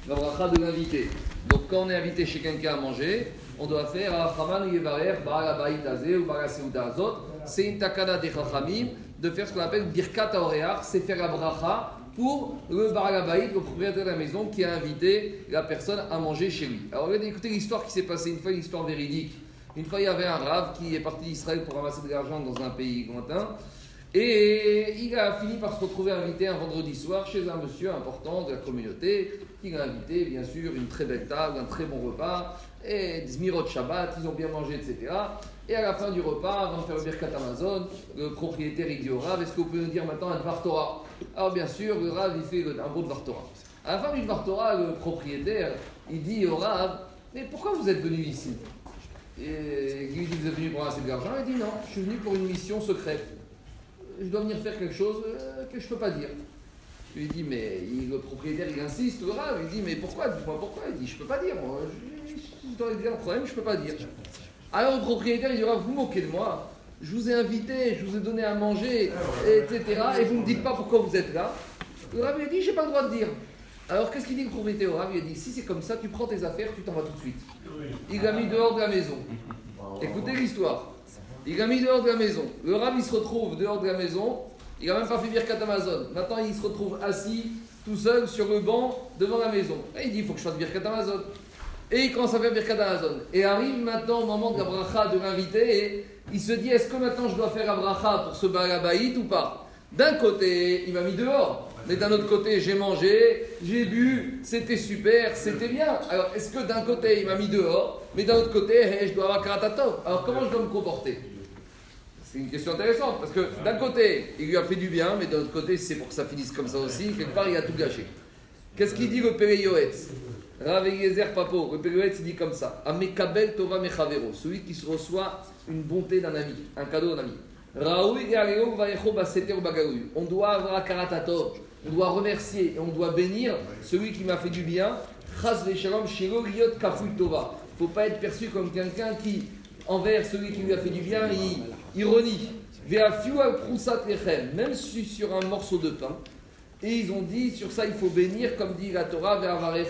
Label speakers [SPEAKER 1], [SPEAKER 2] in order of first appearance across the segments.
[SPEAKER 1] la bracha de l'invité. Donc quand on est invité chez quelqu'un à manger, on doit faire Achaman Yevarer, Baal Abayit Azeh ou Baal Seuda Azot. C'est une takana des Chachamim de faire ce qu'on appelle Birkat Haoreach, c'est faire la bracha pour le Baal Abayit, le propriétaire de la maison qui a invité la personne à manger chez lui. Alors regardez, écoutez l'histoire qui s'est passée une fois, une histoire véridique. Une fois, il y avait un rave qui est parti d'Israël pour ramasser de l'argent dans un pays lointain. Et il a fini par se retrouver invité un vendredi soir chez un monsieur important de la communauté qui l'a invité, bien sûr, une très belle table, un très bon repas, et des Zmirot Shabbat, ils ont bien mangé, etc. Et à la fin du repas, avant de faire le Birkat Amazon, le propriétaire il dit au Rav, est-ce que vous pouvez nous dire maintenant un Dvar Torah? Alors bien sûr, le Rav il fait un beau Dvar Torah. À la fin du Dvar Torah, le propriétaire il dit au Rav, mais pourquoi vous êtes venu ici? Et il lui dit, vous êtes venu pour ramasser de l'argent? Il dit non, je suis venu pour une mission secrète. Je dois venir faire quelque chose que je ne peux pas dire. Je lui dis, mais le propriétaire, il insiste, le Rav, il dit, mais pourquoi? Dis-moi pourquoi. Il dit, je ne peux pas dire. Moi, je dois régler un problème, je ne peux pas dire. Alors le propriétaire, il dit, vous moquez de moi. Je vous ai invité, je vous ai donné à manger, etc. Et vous ne me dites pas pourquoi vous êtes là. Le Rav, il dit, je n'ai pas le droit de dire. Alors qu'est-ce qu'il dit le propriétaire au Rav? Il a dit, si c'est comme ça, tu prends tes affaires, tu t'en vas tout de suite. Il l'a mis dehors de la maison. Écoutez l'histoire. Il l'a mis dehors de la maison. Le Rav, il se retrouve dehors de la maison. Il n'a même pas fait Birkat Amazon. Maintenant, il se retrouve assis, tout seul, sur le banc, devant la maison. Et il dit, il faut que je fasse Birkat Amazon. Et il commence à faire Birkat Amazon. Et arrive maintenant au moment de la bracha de l'invité. Et il se dit, est-ce que maintenant je dois faire la bracha pour ce Baal Abayit ou pas? D'un côté, il m'a mis dehors. Mais d'un autre côté, j'ai mangé, j'ai bu, c'était super, c'était bien. Alors, est-ce que d'un côté, il m'a mis dehors, mais d'un autre côté, je dois avoir karatatov? Alors, comment je dois me comporter? C'est une question intéressante, parce que d'un côté, il lui a fait du bien, mais d'un autre côté, c'est pour que ça finisse comme ça aussi, quelque part, il a tout gâché. Qu'est-ce qu'il dit le Péré Yoetz? Rav Eliezer Papo, le Péré Yoetz, il dit comme ça: Amekabel Tova Mechavero, celui qui se reçoit une bonté d'un ami, un cadeau d'un ami. On doit avoir un karatatov. On doit remercier et on doit bénir celui qui m'a fait du bien. Il ne faut pas être perçu comme quelqu'un qui, envers celui qui lui a fait du bien, il ironie. Même sur un morceau de pain. Et ils ont dit, sur ça il faut bénir, comme dit la Torah,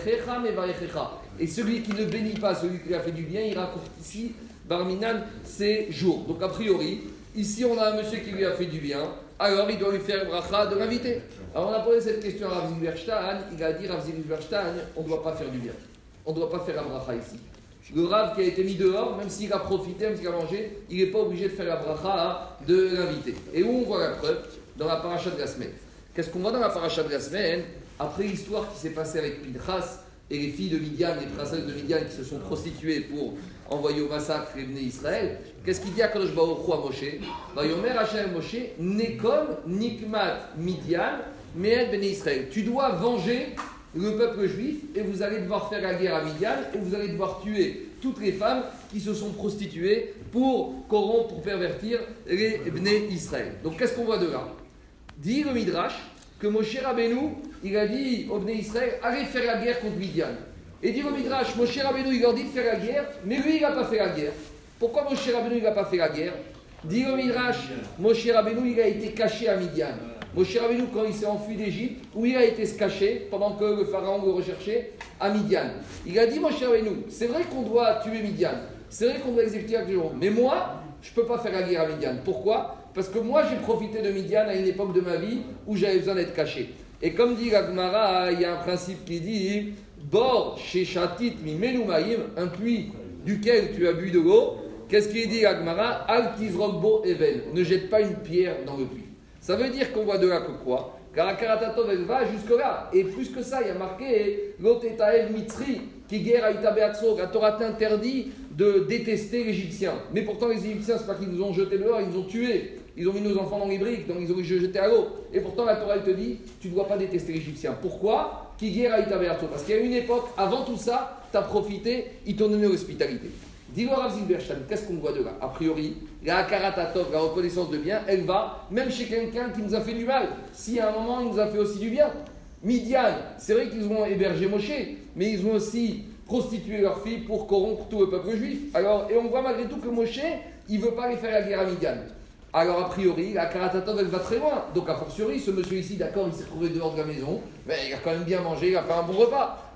[SPEAKER 1] et celui qui ne bénit pas celui qui lui a fait du bien, il raccourcit Barminan ses jours. Donc a priori, ici on a un monsieur qui lui a fait du bien, alors il doit lui faire bracha de l'inviter. Alors on a posé cette question à Rav Zilberstein, il a dit Rav Zilberstein, on ne doit pas faire du bien. On ne doit pas faire la bracha ici. Le Rav qui a été mis dehors, même s'il a profité, même s'il a mangé, il n'est pas obligé de faire la bracha de l'inviter. Et où on voit la preuve? Dans la paracha de la semaine. Qu'est-ce qu'on voit dans la paracha de la semaine? Après l'histoire qui s'est passée avec Pinchas et les filles de Midian, les princesses de Midian qui se sont prostituées pour envoyer au massacre les Bnei Israël, qu'est-ce qu'il dit à Kadosh Baruch Hu à Moshe? Vayomer Hashem Moshe, Nekom Nikmat Midian, Me'ed Bnei Israël. Tu dois venger le peuple juif et vous allez devoir faire la guerre à Midian et vous allez devoir tuer toutes les femmes qui se sont prostituées pour corrompre, pour pervertir les Bnei Israël. Donc qu'est-ce qu'on voit de là? Dit le Midrash que Moshe Rabbeinu, il a dit aux Bnei Israël, allez faire la guerre contre Midian. Et dit le Midrash, Moshe Rabbeinu, il leur dit de faire la guerre, mais lui, il n'a pas fait la guerre. Pourquoi Moshe Rabbeinu, il n'a pas fait la guerre? Dit le Midrash, Moshe Rabbeinu, il a été caché à Midian. Moshe Rabbeinu, quand il s'est enfui d'Égypte, où il a été se cacher pendant que le pharaon le recherchait? À Midian. Il a dit, Moshe Rabbeinu, c'est vrai qu'on doit tuer Midian, c'est vrai qu'on doit exécuter Akhéron, mais moi, je ne peux pas faire la guerre à Midian. Pourquoi? Parce que moi, j'ai profité de Midian à une époque de ma vie où j'avais besoin d'être caché. Et comme dit la Gemara, il y a un principe qui dit Bor Sheshatit mi Melumaim, un puits duquel tu as bu de l'eau. Qu'est-ce qu'il dit la Gemara? Al Tizrok Bo Even, ne jette pas une pierre dans le puits. Ça veut dire qu'on voit de là que quoi? Car la Karatatov, elle va jusque-là. Et plus que ça, il y a marqué Lotetaev Mitzri, qui guerre à Itabeatzog. La Torah t'interdit de détester l'Égyptien. Mais pourtant, les Égyptiens, c'est pas qu'ils nous ont jetés dehors, ils nous ont tués. Ils ont mis nos enfants dans les briques, donc ils ont jeté à l'eau. Et pourtant, la Torah, elle te dit, tu ne dois pas détester l'Égyptien. Pourquoi? Qui guerre à Itabeatzog. Parce qu'il y a une époque, avant tout ça, tu as profité, ils t'ont donné l'hospitalité. Dis-le Rav Zilberstein, qu'est-ce qu'on voit de là? A priori, la Karatatov, la reconnaissance de bien, elle va même chez quelqu'un qui nous a fait du mal. Si à un moment, il nous a fait aussi du bien. Midian, c'est vrai qu'ils ont hébergé Moshe, mais ils ont aussi prostitué leurs filles pour corrompre tout le peuple juif. Alors, et on voit malgré tout que Moshe, il ne veut pas aller faire la guerre à Midian. Alors, a priori, la Karatatov, elle va très loin. Donc, a fortiori, ce monsieur ici, d'accord, il s'est trouvé dehors de la maison, mais il a quand même bien mangé, il a fait un bon repas.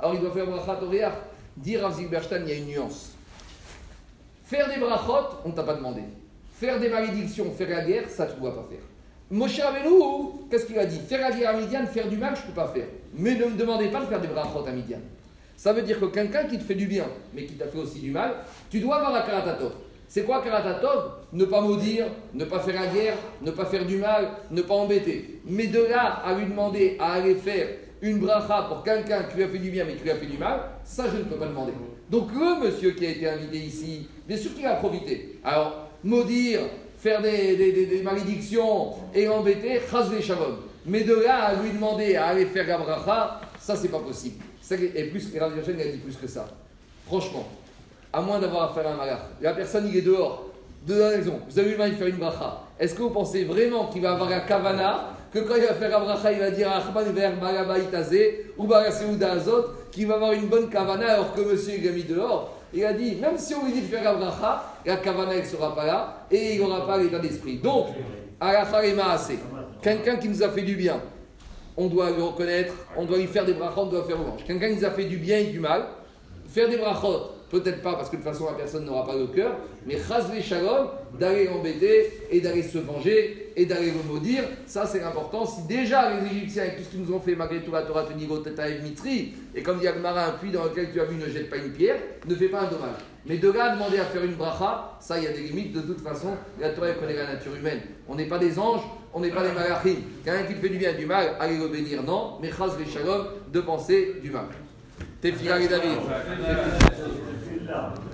[SPEAKER 1] alors il doit faire bracha Toréach. Dire Rav Zilberstein, il y a une nuance. Faire des brachot, on ne t'a pas demandé. Faire des malédictions, faire la guerre, ça tu ne dois pas faire. Moshe Rabbeinu, qu'est-ce qu'il a dit? Faire la guerre à Midian, faire du mal, je ne peux pas faire. Mais ne me demandez pas de faire des brachot à Midian. Ça veut dire que quelqu'un qui te fait du bien, mais qui t'a fait aussi du mal, tu dois avoir la karatatov. C'est quoi karatatov? Ne pas maudire, ne pas faire la guerre, ne pas faire du mal, ne pas embêter. Mais de là à lui demander à aller faire une bracha pour quelqu'un qui lui a fait du bien mais qui lui a fait du mal, ça je ne peux pas demander. Donc le monsieur qui a été invité ici, bien sûr qu'il a profité. Alors, maudire, faire des malédictions et l'embêter, chas v'shalom. Mais de là à lui demander à aller faire la bracha, ça c'est pas possible. Et plus, Rav Zilberstein a dit plus que ça. Franchement, à moins d'avoir à faire un malach, la personne il est dehors, de la maison, vous avez vu il faire une bracha. Est-ce que vous pensez vraiment qu'il va avoir la kavana, que quand il va faire la bracha, il va dire Achman ver Balabaïtazé ou Balaseuda Azot, qu'il va avoir une bonne kavana alors que monsieur il l'a mis dehors? Il a dit, même si on lui dit de faire la bracha, la kavana elle ne sera pas là et il n'aura pas l'état d'esprit. Donc, à la Khalema assez, quelqu'un qui nous a fait du bien, on doit le reconnaître, on doit lui faire des brachot, on doit faire revanche. Quelqu'un qui nous a fait du bien et du mal, faire des brachot, peut-être pas parce que de toute façon la personne n'aura pas le cœur, mais chas v'shalom, d'aller l'embêter et d'aller se venger et d'aller le maudire, ça c'est important. Si déjà les Égyptiens avec tout ce qu'ils nous ont fait malgré tout la Torah te dit Tetaev Mitri, et comme dit Agmara, un puits dans lequel tu as vu ne jette pas une pierre, ne fais pas un dommage. Mais de là à demander à faire une bracha, ça il y a des limites. De toute façon, la Torah connaît la nature humaine. On n'est pas des anges, on n'est pas des malachim. Quelqu'un qui te fait du bien et du mal, allez le bénir, non, mais chas v'shalom, de penser du mal. Tefila et David.